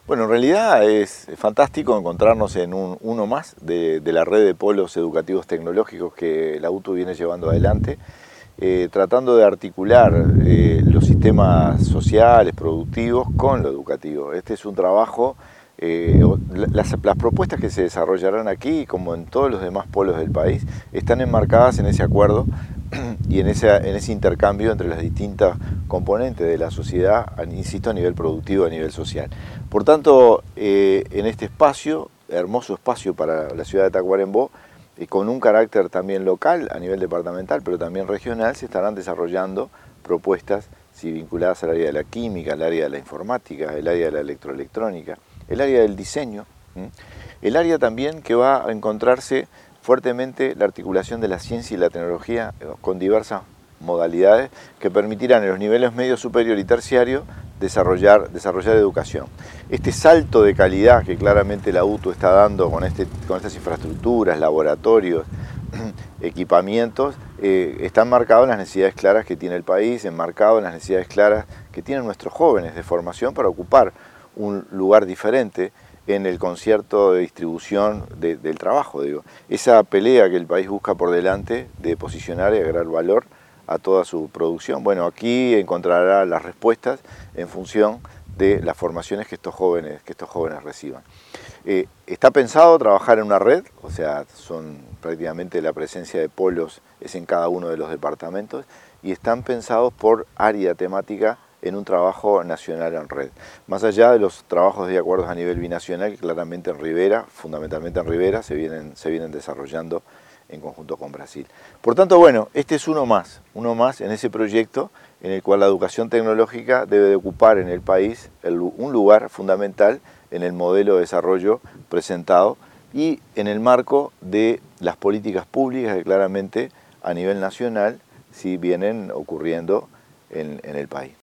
Bueno, en realidad es fantástico encontrarnos en uno más de la red de polos educativos tecnológicos que la UTU viene llevando adelante, tratando de articular los sistemas sociales, productivos, con lo educativo. Este es un trabajo, las propuestas que se desarrollarán aquí, como en todos los demás polos del país, están enmarcadas en ese acuerdo y en ese intercambio entre las distintas componentes de la sociedad, insisto, a nivel productivo, a nivel social. Por tanto, en este espacio, hermoso espacio para la ciudad de Tacuarembó, con un carácter también local a nivel departamental, pero también regional, se estarán desarrollando propuestas vinculadas al área de la química, al área de la informática, el área de la electroelectrónica, el área del diseño, el área también que va a encontrarse fuertemente la articulación de la ciencia y la tecnología con diversas modalidades que permitirán en los niveles medio, superior y terciario desarrollar educación. Este salto de calidad que claramente la UTU está dando con estas infraestructuras, laboratorios, equipamientos, están marcados en las necesidades claras que tiene el país, enmarcados en las necesidades claras que tienen nuestros jóvenes de formación para ocupar un lugar diferente en el concierto de distribución del trabajo. Esa pelea que el país busca por delante de posicionar y agregar valor a toda su producción. Bueno, aquí encontrará las respuestas en función de las formaciones que estos jóvenes reciban. Está pensado trabajar en una red, o sea, son prácticamente la presencia de polos es en cada uno de los departamentos, y están pensados por área temática en un trabajo nacional en red. Más allá de los trabajos de acuerdos a nivel binacional, que claramente en Rivera, fundamentalmente en Rivera, se vienen desarrollando en conjunto con Brasil. Por tanto, bueno, este es uno más en ese proyecto en el cual la educación tecnológica debe de ocupar en el país un lugar fundamental en el modelo de desarrollo presentado y en el marco de las políticas públicas que claramente a nivel nacional sí vienen ocurriendo en el país.